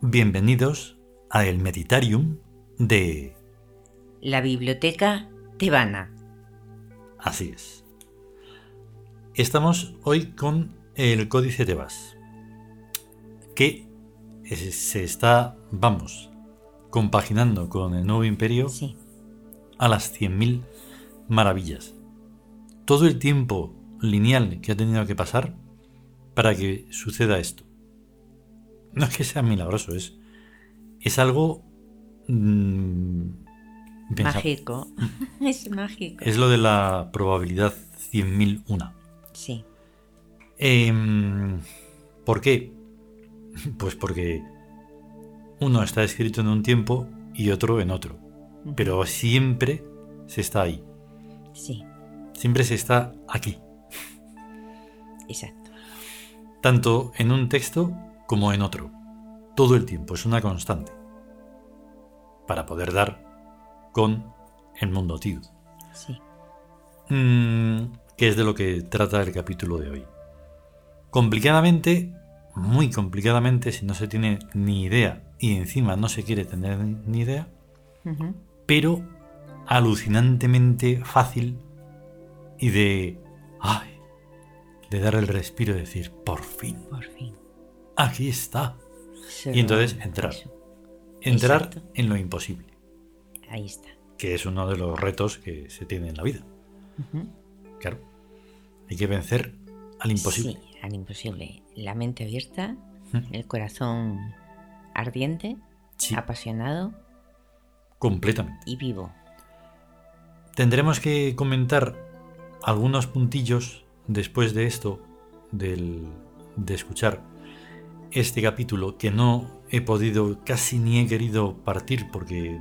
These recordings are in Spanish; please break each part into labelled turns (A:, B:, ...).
A: Bienvenidos a el Meditarium de
B: la Biblioteca Tebana.
A: Así es. Estamos hoy con el Códice Tebas, que se está, compaginando con el Nuevo Imperio a las 100.000 maravillas. Todo el tiempo lineal que ha tenido que pasar para que suceda esto. No es que sea milagroso, es algo
B: mágico. Es mágico.
A: Es lo de la probabilidad 100.001.
B: Sí.
A: ¿Por qué? Pues porque uno está escrito en un tiempo y otro en otro. Pero siempre se está ahí.
B: Sí.
A: Siempre se está aquí.
B: Exacto.
A: Tanto en un texto como en otro. Todo el tiempo, es una constante. Para poder dar con el mundo Tiud.
B: Sí.
A: Que es de lo que trata el capítulo de hoy. Complicadamente, muy complicadamente, si no se tiene ni idea y encima no se quiere tener ni idea, pero alucinantemente fácil y de dar el respiro y decir, por fin, aquí está. Y entonces entrar
B: Exacto.
A: en lo imposible.
B: Ahí está.
A: Que es uno de los retos que se tiene en la vida. Claro, hay que vencer al imposible.
B: Sí, al imposible. La mente abierta, el corazón ardiente, apasionado.
A: Completamente.
B: Y vivo.
A: Tendremos que comentar algunos puntillos después de esto, de escuchar este capítulo, que no he podido, casi ni he querido partir porque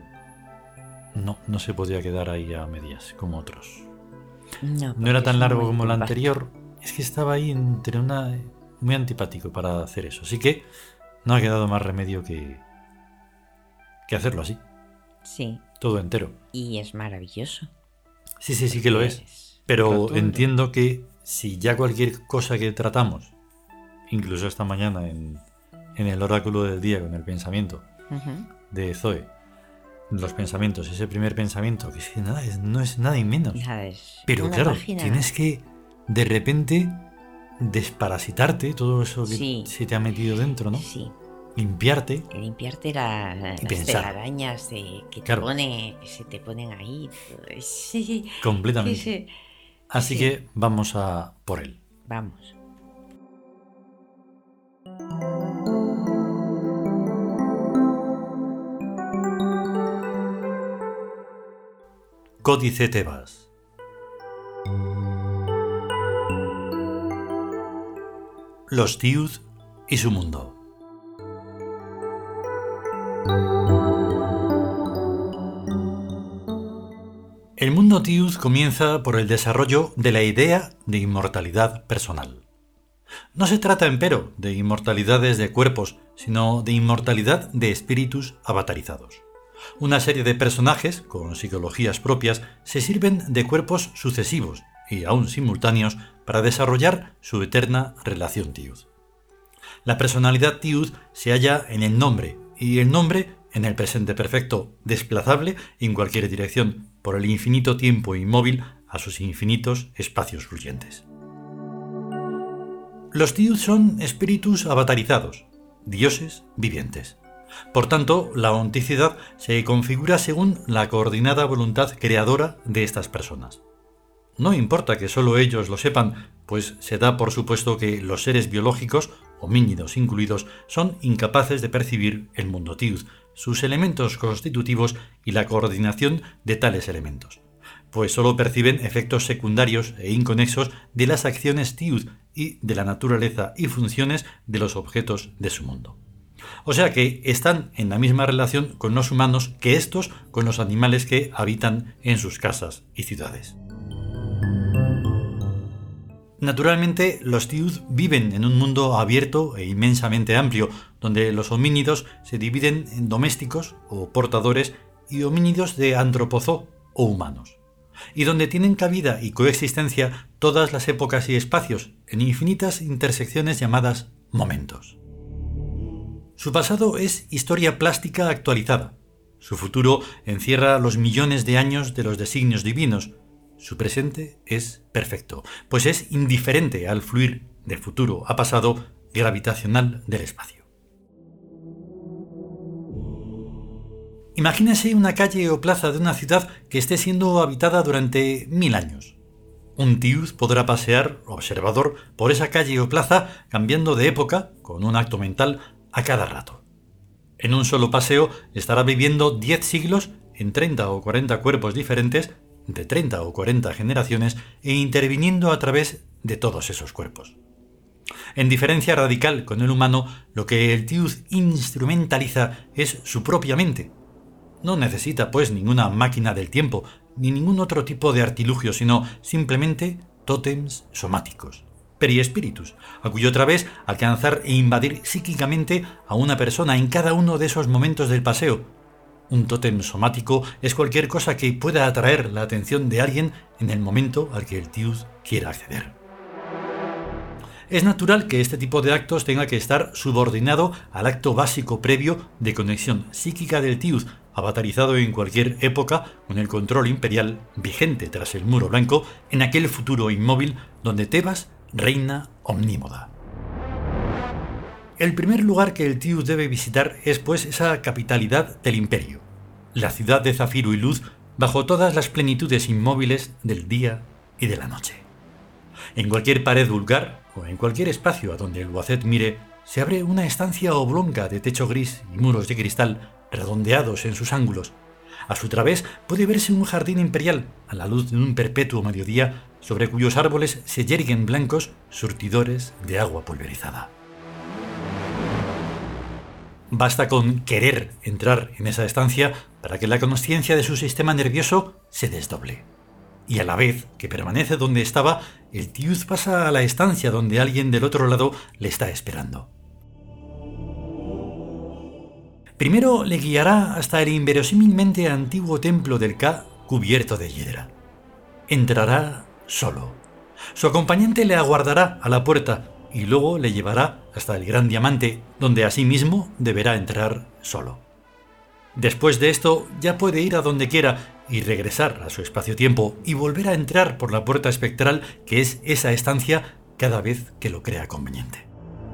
A: no se podía quedar ahí a medias como otros. No era tan largo como el anterior, es que estaba ahí entre muy antipático para hacer eso, así que no ha quedado más remedio que hacerlo así.
B: Sí.
A: Todo entero.
B: Y es maravilloso.
A: Sí que lo es. Pero rotundo. Entiendo que si ya cualquier cosa que tratamos, incluso esta mañana en el oráculo del día con el pensamiento de Zoe, los pensamientos, ese primer pensamiento, que es que no es nada y menos. Pero claro, tienes que de repente desparasitarte todo eso que se te ha metido dentro, ¿no?
B: Sí.
A: Limpiarte
B: las telarañas que se te ponen ahí. Sí.
A: Completamente. Sí. Así que vamos a por él.
B: Vamos.
A: Códice Tebas. Los Tiud y su mundo. El mundo Tiud comienza por el desarrollo de la idea de inmortalidad personal. No se trata, empero, de inmortalidades de cuerpos, sino de inmortalidad de espíritus avatarizados. Una serie de personajes, con psicologías propias, se sirven de cuerpos sucesivos y aún simultáneos para desarrollar su eterna relación Tiud. La personalidad Tiud se halla en el nombre, y el nombre en el presente perfecto, desplazable en cualquier dirección por el infinito tiempo inmóvil a sus infinitos espacios fluyentes. Los Tiud son espíritus avatarizados, dioses vivientes. Por tanto, la onticidad se configura según la coordinada voluntad creadora de estas personas. No importa que solo ellos lo sepan, pues se da por supuesto que los seres biológicos, homínidos incluidos, son incapaces de percibir el mundo Tiud, sus elementos constitutivos y la coordinación de tales elementos, pues solo perciben efectos secundarios e inconexos de las acciones Tiud y de la naturaleza y funciones de los objetos de su mundo. O sea que están en la misma relación con los humanos que estos con los animales que habitan en sus casas y ciudades. Naturalmente, los Tiud viven en un mundo abierto e inmensamente amplio, donde los homínidos se dividen en domésticos o portadores y homínidos de antropozoo o humanos, y donde tienen cabida y coexistencia todas las épocas y espacios en infinitas intersecciones llamadas momentos. Su pasado es historia plástica actualizada. Su futuro encierra los millones de años de los designios divinos. Su presente es perfecto, pues es indiferente al fluir de futuro a pasado gravitacional del espacio. Imagínese una calle o plaza de una ciudad que esté siendo habitada durante 1000 años. Un tiud podrá pasear, observador, por esa calle o plaza, cambiando de época, con un acto mental, a cada rato. En un solo paseo estará viviendo 10 siglos en 30 o 40 cuerpos diferentes, de 30 o 40 generaciones, e interviniendo a través de todos esos cuerpos. En diferencia radical con el humano, lo que el tiud instrumentaliza es su propia mente. No necesita, pues, ninguna máquina del tiempo, ni ningún otro tipo de artilugio, sino simplemente tótems somáticos, periespíritus, a cuyo través alcanzar e invadir psíquicamente a una persona en cada uno de esos momentos del paseo. Un tótem somático es cualquier cosa que pueda atraer la atención de alguien en el momento al que el tiud quiera acceder. Es natural que este tipo de actos tenga que estar subordinado al acto básico previo de conexión psíquica del tiud, avatarizado en cualquier época con el control imperial vigente tras el muro blanco en aquel futuro inmóvil donde Tebas reina omnímoda. El primer lugar que el tiud debe visitar es, pues, esa capitalidad del imperio, la ciudad de zafiro y luz bajo todas las plenitudes inmóviles del día y de la noche. En cualquier pared vulgar o en cualquier espacio a donde el Uazet mire, se abre una estancia oblonga de techo gris y muros de cristal redondeados en sus ángulos. A su través puede verse un jardín imperial a la luz de un perpetuo mediodía sobre cuyos árboles se yerguen blancos surtidores de agua pulverizada. Basta con querer entrar en esa estancia para que la consciencia de su sistema nervioso se desdoble. Y a la vez que permanece donde estaba, el tiud pasa a la estancia donde alguien del otro lado le está esperando. Primero le guiará hasta el inverosímilmente antiguo templo del Ka cubierto de hiedra. Entrará solo. Su acompañante le aguardará a la puerta y luego le llevará hasta el gran diamante, donde asimismo deberá entrar solo. Después de esto ya puede ir a donde quiera y regresar a su espacio-tiempo y volver a entrar por la puerta espectral que es esa estancia cada vez que lo crea conveniente.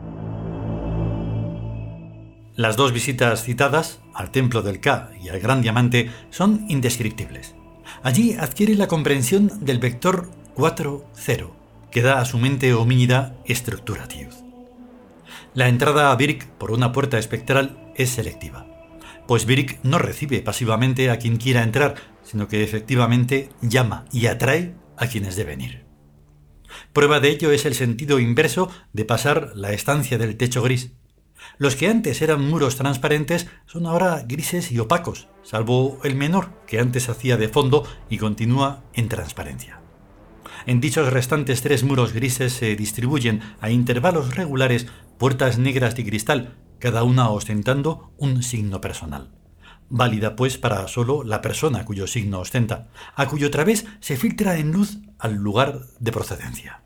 A: Las dos visitas citadas, al templo del Ka y al gran diamante, son indescriptibles. Allí adquiere la comprensión del vector 4-0, que da a su mente homínida estructura tiud. La entrada a Birk por una puerta espectral es selectiva, pues Birk no recibe pasivamente a quien quiera entrar, sino que efectivamente llama y atrae a quienes deben ir. Prueba de ello es el sentido inverso de pasar la estancia del techo gris. Los que antes eran muros transparentes son ahora grises y opacos, salvo el menor, que antes hacía de fondo y continúa en transparencia. En dichos restantes 3 muros grises se distribuyen a intervalos regulares puertas negras de cristal, cada una ostentando un signo personal. Válida, pues, para solo la persona cuyo signo ostenta, a cuyo través se filtra en luz al lugar de procedencia.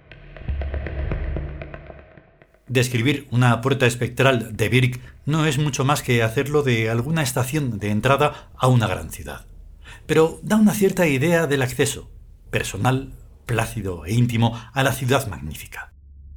A: Describir una puerta espectral de Birk no es mucho más que hacerlo de alguna estación de entrada a una gran ciudad, pero da una cierta idea del acceso, personal, plácido e íntimo, a la ciudad magnífica.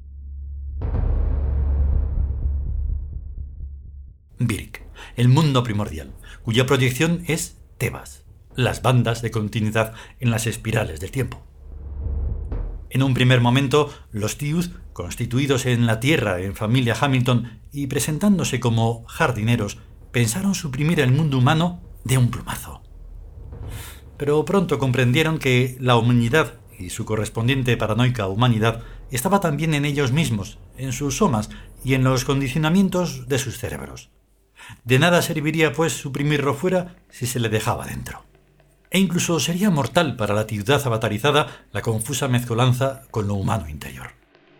A: Birk, el mundo primordial, cuya proyección es Tebas, las bandas de continuidad en las espirales del tiempo. En un primer momento, los tiud, constituidos en la Tierra en familia Hamilton y presentándose como jardineros, pensaron suprimir el mundo humano de un plumazo. Pero pronto comprendieron que la humanidad y su correspondiente paranoica humanidad estaba también en ellos mismos, en sus somas y en los condicionamientos de sus cerebros. De nada serviría, pues, suprimirlo fuera si se le dejaba dentro. E incluso sería mortal para la ciudad avatarizada la confusa mezcolanza con lo humano interior.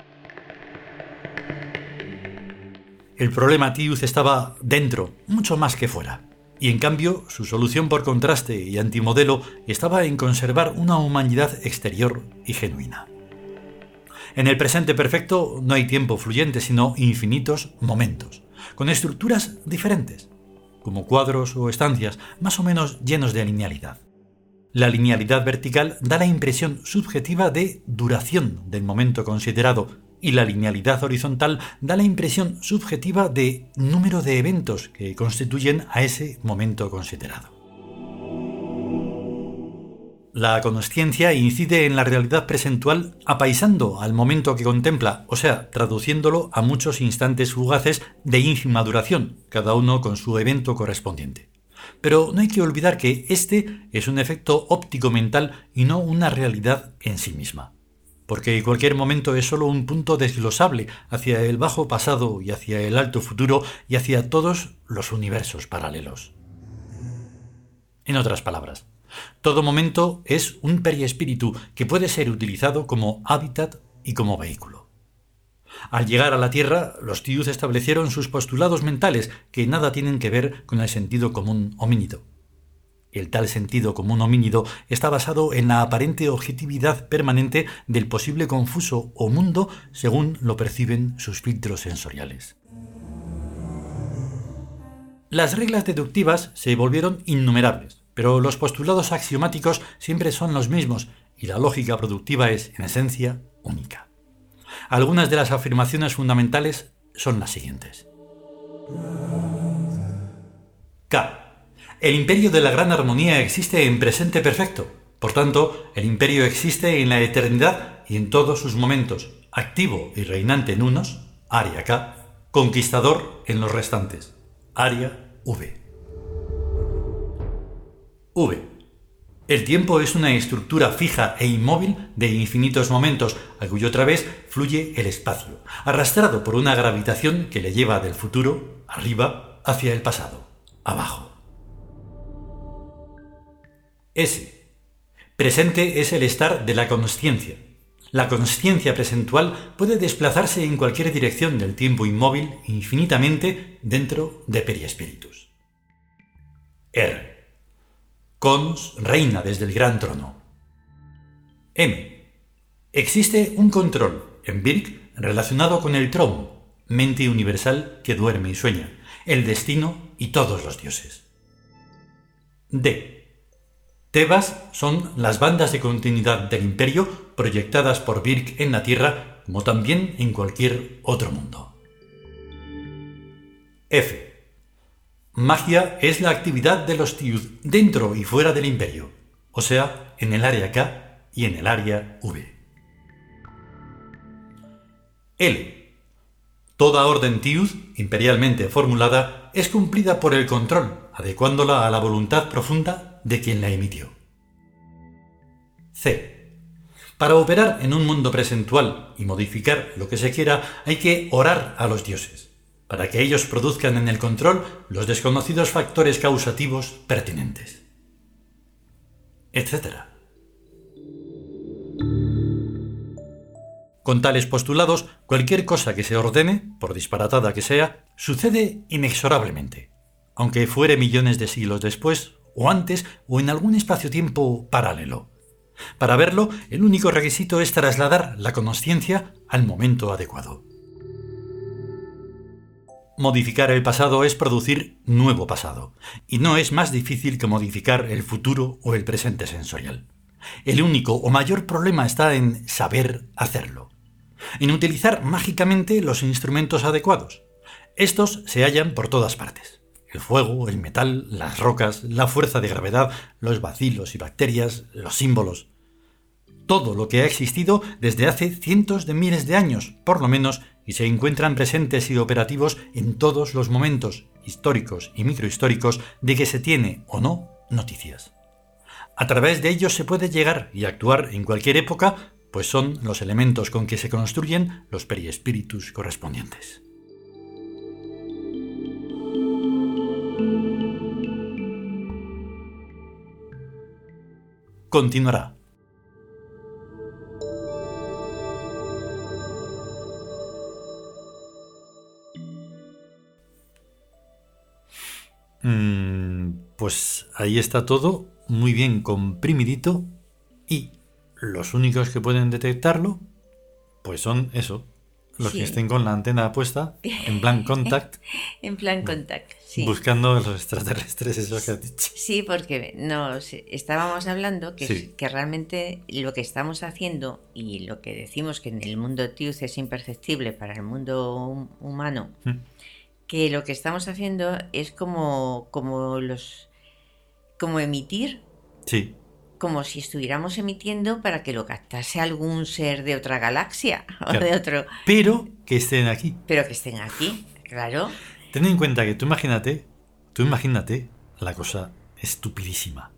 A: El problema tiud estaba dentro, mucho más que fuera, y en cambio su solución por contraste y antimodelo estaba en conservar una humanidad exterior y genuina. En el presente perfecto no hay tiempo fluyente, sino infinitos momentos, con estructuras diferentes, como cuadros o estancias más o menos llenos de linealidad. La linealidad vertical da la impresión subjetiva de duración del momento considerado y la linealidad horizontal da la impresión subjetiva de número de eventos que constituyen a ese momento considerado. La consciencia incide en la realidad presentual apaisando al momento que contempla, o sea, traduciéndolo a muchos instantes fugaces de ínfima duración, cada uno con su evento correspondiente. Pero no hay que olvidar que este es un efecto óptico mental y no una realidad en sí misma, porque cualquier momento es solo un punto desglosable hacia el bajo pasado y hacia el alto futuro y hacia todos los universos paralelos. En otras palabras, todo momento es un periespíritu que puede ser utilizado como hábitat y como vehículo. Al llegar a la Tierra, los Tiud establecieron sus postulados mentales que nada tienen que ver con el sentido común homínido. El tal sentido común homínido está basado en la aparente objetividad permanente del posible confuso o mundo según lo perciben sus filtros sensoriales. Las reglas deductivas se volvieron innumerables, pero los postulados axiomáticos siempre son los mismos y la lógica productiva es, en esencia, única. Algunas de las afirmaciones fundamentales son las siguientes. K. El imperio de la gran armonía existe en presente perfecto. Por tanto, el imperio existe en la eternidad y en todos sus momentos, activo y reinante en unos, área K, conquistador en los restantes, área V. V. El tiempo es una estructura fija e inmóvil de infinitos momentos, a cuyo través fluye el espacio, arrastrado por una gravitación que le lleva del futuro, arriba, hacia el pasado, abajo. S. Presente es el estar de la consciencia. La consciencia presentual puede desplazarse en cualquier dirección del tiempo inmóvil infinitamente dentro de periespíritus. R. Cons reina desde el gran trono. M. Existe un control en Birk relacionado con el Traum, mente universal que duerme y sueña, el destino y todos los dioses. D. Tebas son las bandas de continuidad del imperio proyectadas por Birk en la Tierra, como también en cualquier otro mundo. F. Magia es la actividad de los Tiud dentro y fuera del imperio, o sea, en el área K y en el área V. L. Toda orden Tiud, imperialmente formulada, es cumplida por el control, adecuándola a la voluntad profunda de quien la emitió. C. Para operar en un mundo presentual y modificar lo que se quiera, hay que orar a los dioses, para que ellos produzcan en el control los desconocidos factores causativos pertinentes, etc. Con tales postulados, cualquier cosa que se ordene, por disparatada que sea, sucede inexorablemente, aunque fuere millones de siglos después, o antes, o en algún espacio-tiempo paralelo. Para verlo, el único requisito es trasladar la consciencia al momento adecuado. Modificar el pasado es producir nuevo pasado, y no es más difícil que modificar el futuro o el presente sensorial. El único o mayor problema está en saber hacerlo, en utilizar mágicamente los instrumentos adecuados. Estos se hallan por todas partes: el fuego, el metal, las rocas, la fuerza de gravedad, los bacilos y bacterias, los símbolos. Todo lo que ha existido desde hace cientos de miles de años, por lo menos, y se encuentran presentes y operativos en todos los momentos históricos y microhistóricos de que se tiene o no noticias. A través de ellos se puede llegar y actuar en cualquier época, pues son los elementos con que se construyen los periespíritus correspondientes. Continuará. Pues ahí está todo, muy bien comprimidito, y los únicos que pueden detectarlo, pues son eso, los que estén con la antena puesta, en plan contact.
B: En plan contact, sí.
A: Buscando los extraterrestres, eso que has dicho.
B: Sí, porque estábamos hablando que realmente lo que estamos haciendo y lo que decimos que en el mundo TIUC es imperceptible para el mundo humano, que lo que estamos haciendo es como emitir.
A: Sí.
B: Como si estuviéramos emitiendo para que lo captase algún ser de otra galaxia o de otro.
A: Pero que estén aquí.
B: Pero que estén aquí, claro.
A: Ten en cuenta que tú imagínate la cosa estupidísima.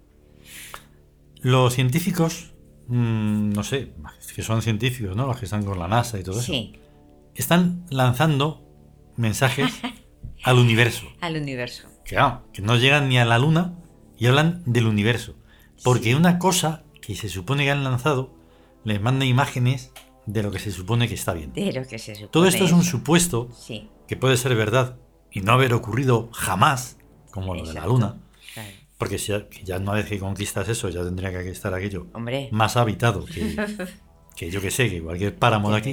A: Los científicos, no sé, que son científicos, ¿no? Los que están con la NASA y todo eso. Están lanzando mensajes al universo.
B: Al universo.
A: Claro, que no llegan ni a la Luna y hablan del universo. Porque una cosa que se supone que han lanzado les manda imágenes de lo que se supone que está bien.
B: De lo que se supone.
A: Todo esto es un supuesto que puede ser verdad y no haber ocurrido jamás, como lo de la Luna. Claro. Porque si ya una vez que conquistas eso, ya tendría que estar aquello más habitado que yo que sé, que cualquier páramo de aquí.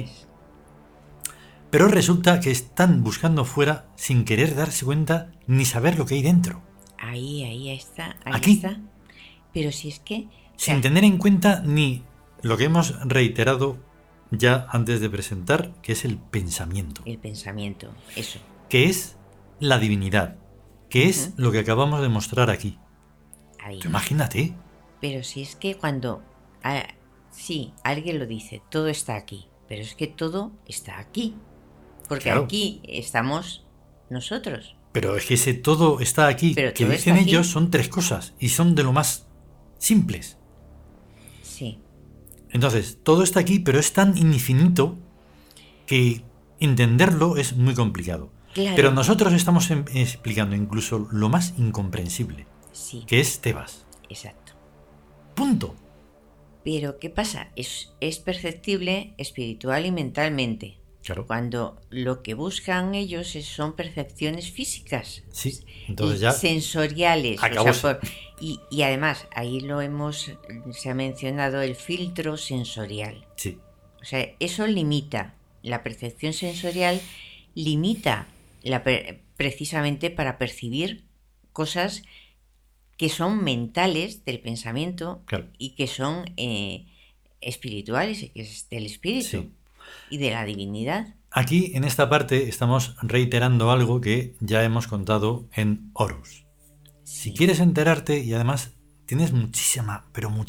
A: Pero resulta que están buscando fuera sin querer darse cuenta ni saber lo que hay dentro.
B: Ahí está.
A: Aquí
B: está. Pero si es que...
A: Sin tener en cuenta ni lo que hemos reiterado ya antes de presentar, que es el pensamiento.
B: El pensamiento, eso.
A: Que es la divinidad, que es lo que acabamos de mostrar aquí. Tú imagínate.
B: Pero si es que cuando... sí, alguien lo dice, todo está aquí. Pero es que todo está aquí. Porque aquí estamos nosotros.
A: Pero es que ese todo está aquí, que dicen ellos, son tres cosas y son de lo más simples.
B: Sí.
A: Entonces, todo está aquí, pero es tan infinito que entenderlo es muy complicado.
B: Claro.
A: Pero nosotros estamos explicando incluso lo más incomprensible, que es Tebas.
B: Exacto.
A: Punto.
B: Pero ¿qué pasa? Es perceptible espiritual y mentalmente.
A: Claro.
B: Cuando lo que buscan ellos son percepciones físicas.
A: Sí, entonces ya
B: sensoriales.
A: Acabó.
B: O sea, y además, ahí se ha mencionado el filtro sensorial.
A: Sí.
B: O sea, eso limita. La percepción sensorial limita precisamente para percibir cosas que son mentales del pensamiento y que son espirituales, que es del espíritu. Sí. Y de la divinidad.
A: Aquí, en esta parte, estamos reiterando algo que ya hemos contado en Horus. Si quieres enterarte, y además tienes muchísima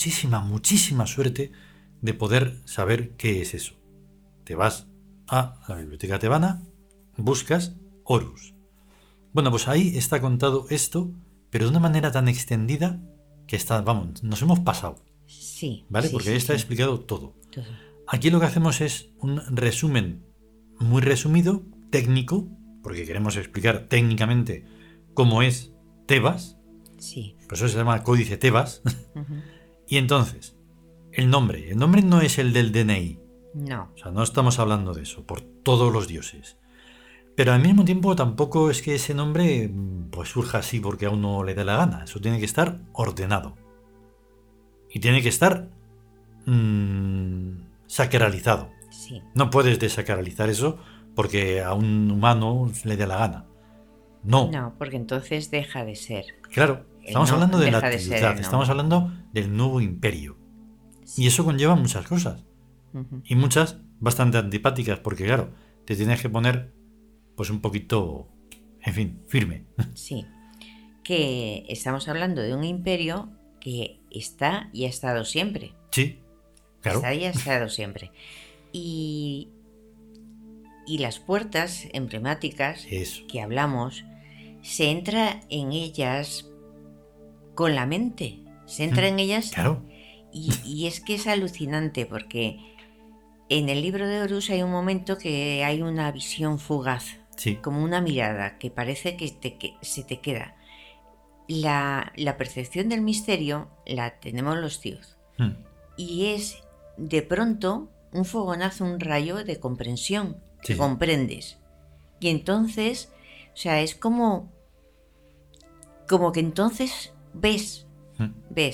A: suerte de poder saber qué es eso. Te vas a la biblioteca tebana, buscas Horus. Bueno, pues ahí está contado esto, pero de una manera tan extendida que nos hemos pasado.
B: Sí.
A: ¿Vale? Porque ahí está explicado todo. Aquí lo que hacemos es un resumen muy resumido, técnico, porque queremos explicar técnicamente cómo es Tebas.
B: Sí.
A: Por eso se llama Códice Tebas. Y entonces, el nombre no es el del DNI.
B: No.
A: O sea, no estamos hablando de eso, por todos los dioses. Pero al mismo tiempo tampoco es que ese nombre pues surja así porque a uno le dé la gana. Eso tiene que estar ordenado. Y tiene que estar sacralizado.
B: Sí.
A: No puedes desacralizar eso porque a un humano le dé la gana. No.
B: No, porque entonces deja de ser.
A: Claro, estamos hablando de la actividad, estamos hablando del nuevo imperio. Sí. Y eso conlleva muchas cosas. Y muchas bastante antipáticas, porque claro, te tienes que poner pues un poquito, en fin, firme.
B: Sí. Que estamos hablando de un imperio que está y ha estado siempre.
A: Sí. Claro.
B: Está y ha estado siempre. Y las puertas emblemáticas que hablamos, se entra en ellas con la mente. Se entra en ellas.
A: Claro.
B: Y es que es alucinante porque en el libro de Horus hay un momento que hay una visión fugaz.
A: Sí.
B: Como una mirada que parece que se te queda. La percepción del misterio la tenemos los tíos. Y es de pronto un fogonazo, un rayo de comprensión. Que comprendes. Y entonces, o sea, es como que entonces ves.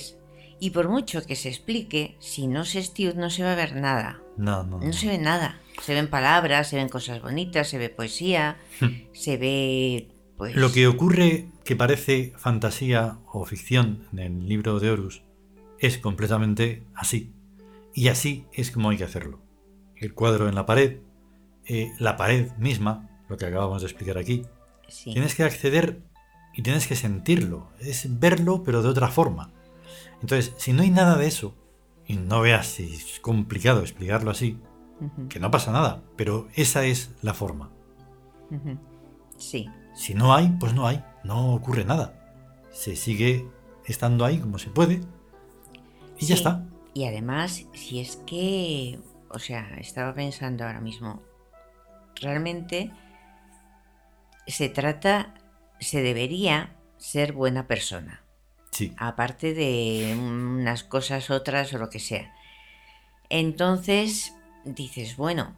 B: Y por mucho que se explique, si no se es tío, no se va a ver nada.
A: No
B: se ve nada. Se ven palabras, se ven cosas bonitas, se ve poesía, se ve... pues
A: Lo que ocurre que parece fantasía o ficción en el libro de Horus es completamente así. Y así es como hay que hacerlo. El cuadro en la pared misma, lo que acabamos de explicar aquí,
B: sí.
A: Tienes que acceder y tienes que sentirlo. Es verlo, pero de otra forma. Entonces, si no hay nada de eso, y no veas si es complicado explicarlo así, que no pasa nada, pero esa es la forma.
B: Sí.
A: Si no hay, pues no hay, no ocurre nada. Se sigue estando ahí como se puede y ya está.
B: Y además, si es que, o sea, estaba pensando ahora mismo, realmente se debería ser buena persona.
A: Sí.
B: Aparte de unas cosas, otras o lo que sea. Entonces dices, bueno,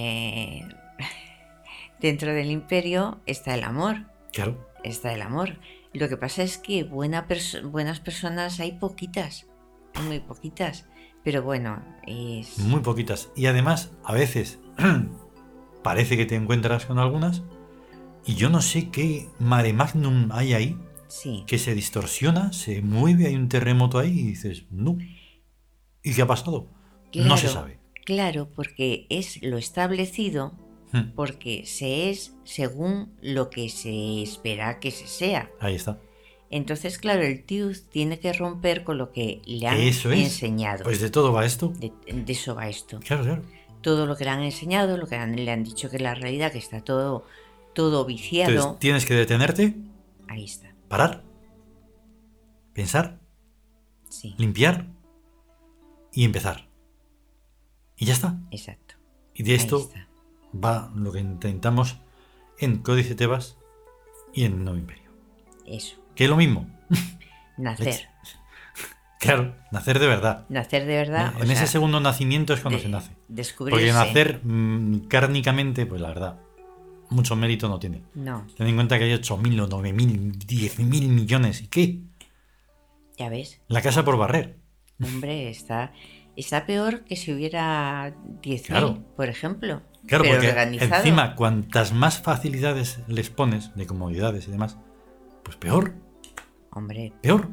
B: dentro del imperio está el amor.
A: Claro.
B: Está el amor. Lo que pasa es que buenas personas hay poquitas. Hay muy poquitas. Pero bueno, es...
A: Muy poquitas. Y además, a veces parece que te encuentras con algunas y yo no sé qué mare magnum hay ahí.
B: Sí.
A: Que se distorsiona, se mueve, hay un terremoto ahí y dices, no. ¿Y qué ha pasado?
B: Claro,
A: no se sabe.
B: Claro, porque es lo establecido, porque se es según lo que se espera que se sea.
A: Ahí está.
B: Entonces, claro, el Teuth tiene que romper con lo que le han
A: Eso es.
B: enseñado.
A: Pues de todo va esto.
B: De eso va esto.
A: Claro, claro.
B: Todo lo que le han enseñado, lo que le han dicho que es la realidad, que está todo viciado.
A: Entonces tienes que detenerte.
B: Ahí está.
A: Parar. Pensar.
B: Sí.
A: Limpiar. Y empezar. Y ya está.
B: Exacto.
A: Y de esto va lo que intentamos en Códice Tebas y en Nuevo Imperio.
B: Eso.
A: Que es lo mismo.
B: Nacer.
A: Claro, nacer de verdad.
B: Nacer de verdad.
A: En ese segundo nacimiento es cuando se nace.
B: Descubrirse.
A: Porque nacer cárnicamente, pues la verdad, mucho mérito no tiene.
B: No.
A: Ten en cuenta que hay 8.000 o 9.000, 10.000 millones. ¿Y qué?
B: Ya ves.
A: La casa por barrer.
B: Hombre, está peor que si hubiera 10.000,
A: claro.
B: Por ejemplo.
A: Claro,
B: pero
A: porque
B: organizado.
A: Encima, cuantas más facilidades les pones, de comodidades y demás, pues peor.
B: Hombre.
A: Peor.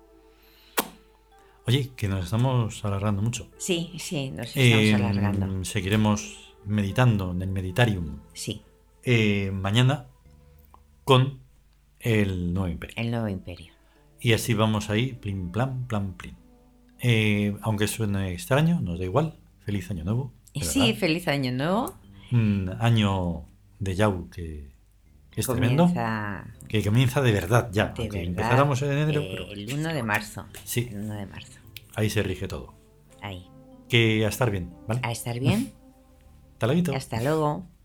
A: Oye, que nos estamos alargando mucho.
B: Sí, nos estamos alargando.
A: Seguiremos meditando en el Meditarium.
B: Sí.
A: Mañana con el Nuevo Imperio.
B: El Nuevo Imperio.
A: Y así vamos ahí, plin, plan, plan, plin. Aunque suene extraño, nos da igual. Feliz año nuevo.
B: Sí,
A: verdad.
B: feliz año nuevo.
A: Un año de Yau que es
B: comienza...
A: tremendo. Que comienza de verdad ya.
B: De
A: aunque
B: verdad,
A: empezáramos en enero. Pero...
B: el 1 de marzo.
A: Sí.
B: El 1 de marzo.
A: Ahí se rige todo.
B: Ahí.
A: Que a estar bien, ¿vale?
B: A estar bien.
A: Hasta luego.
B: Hasta luego.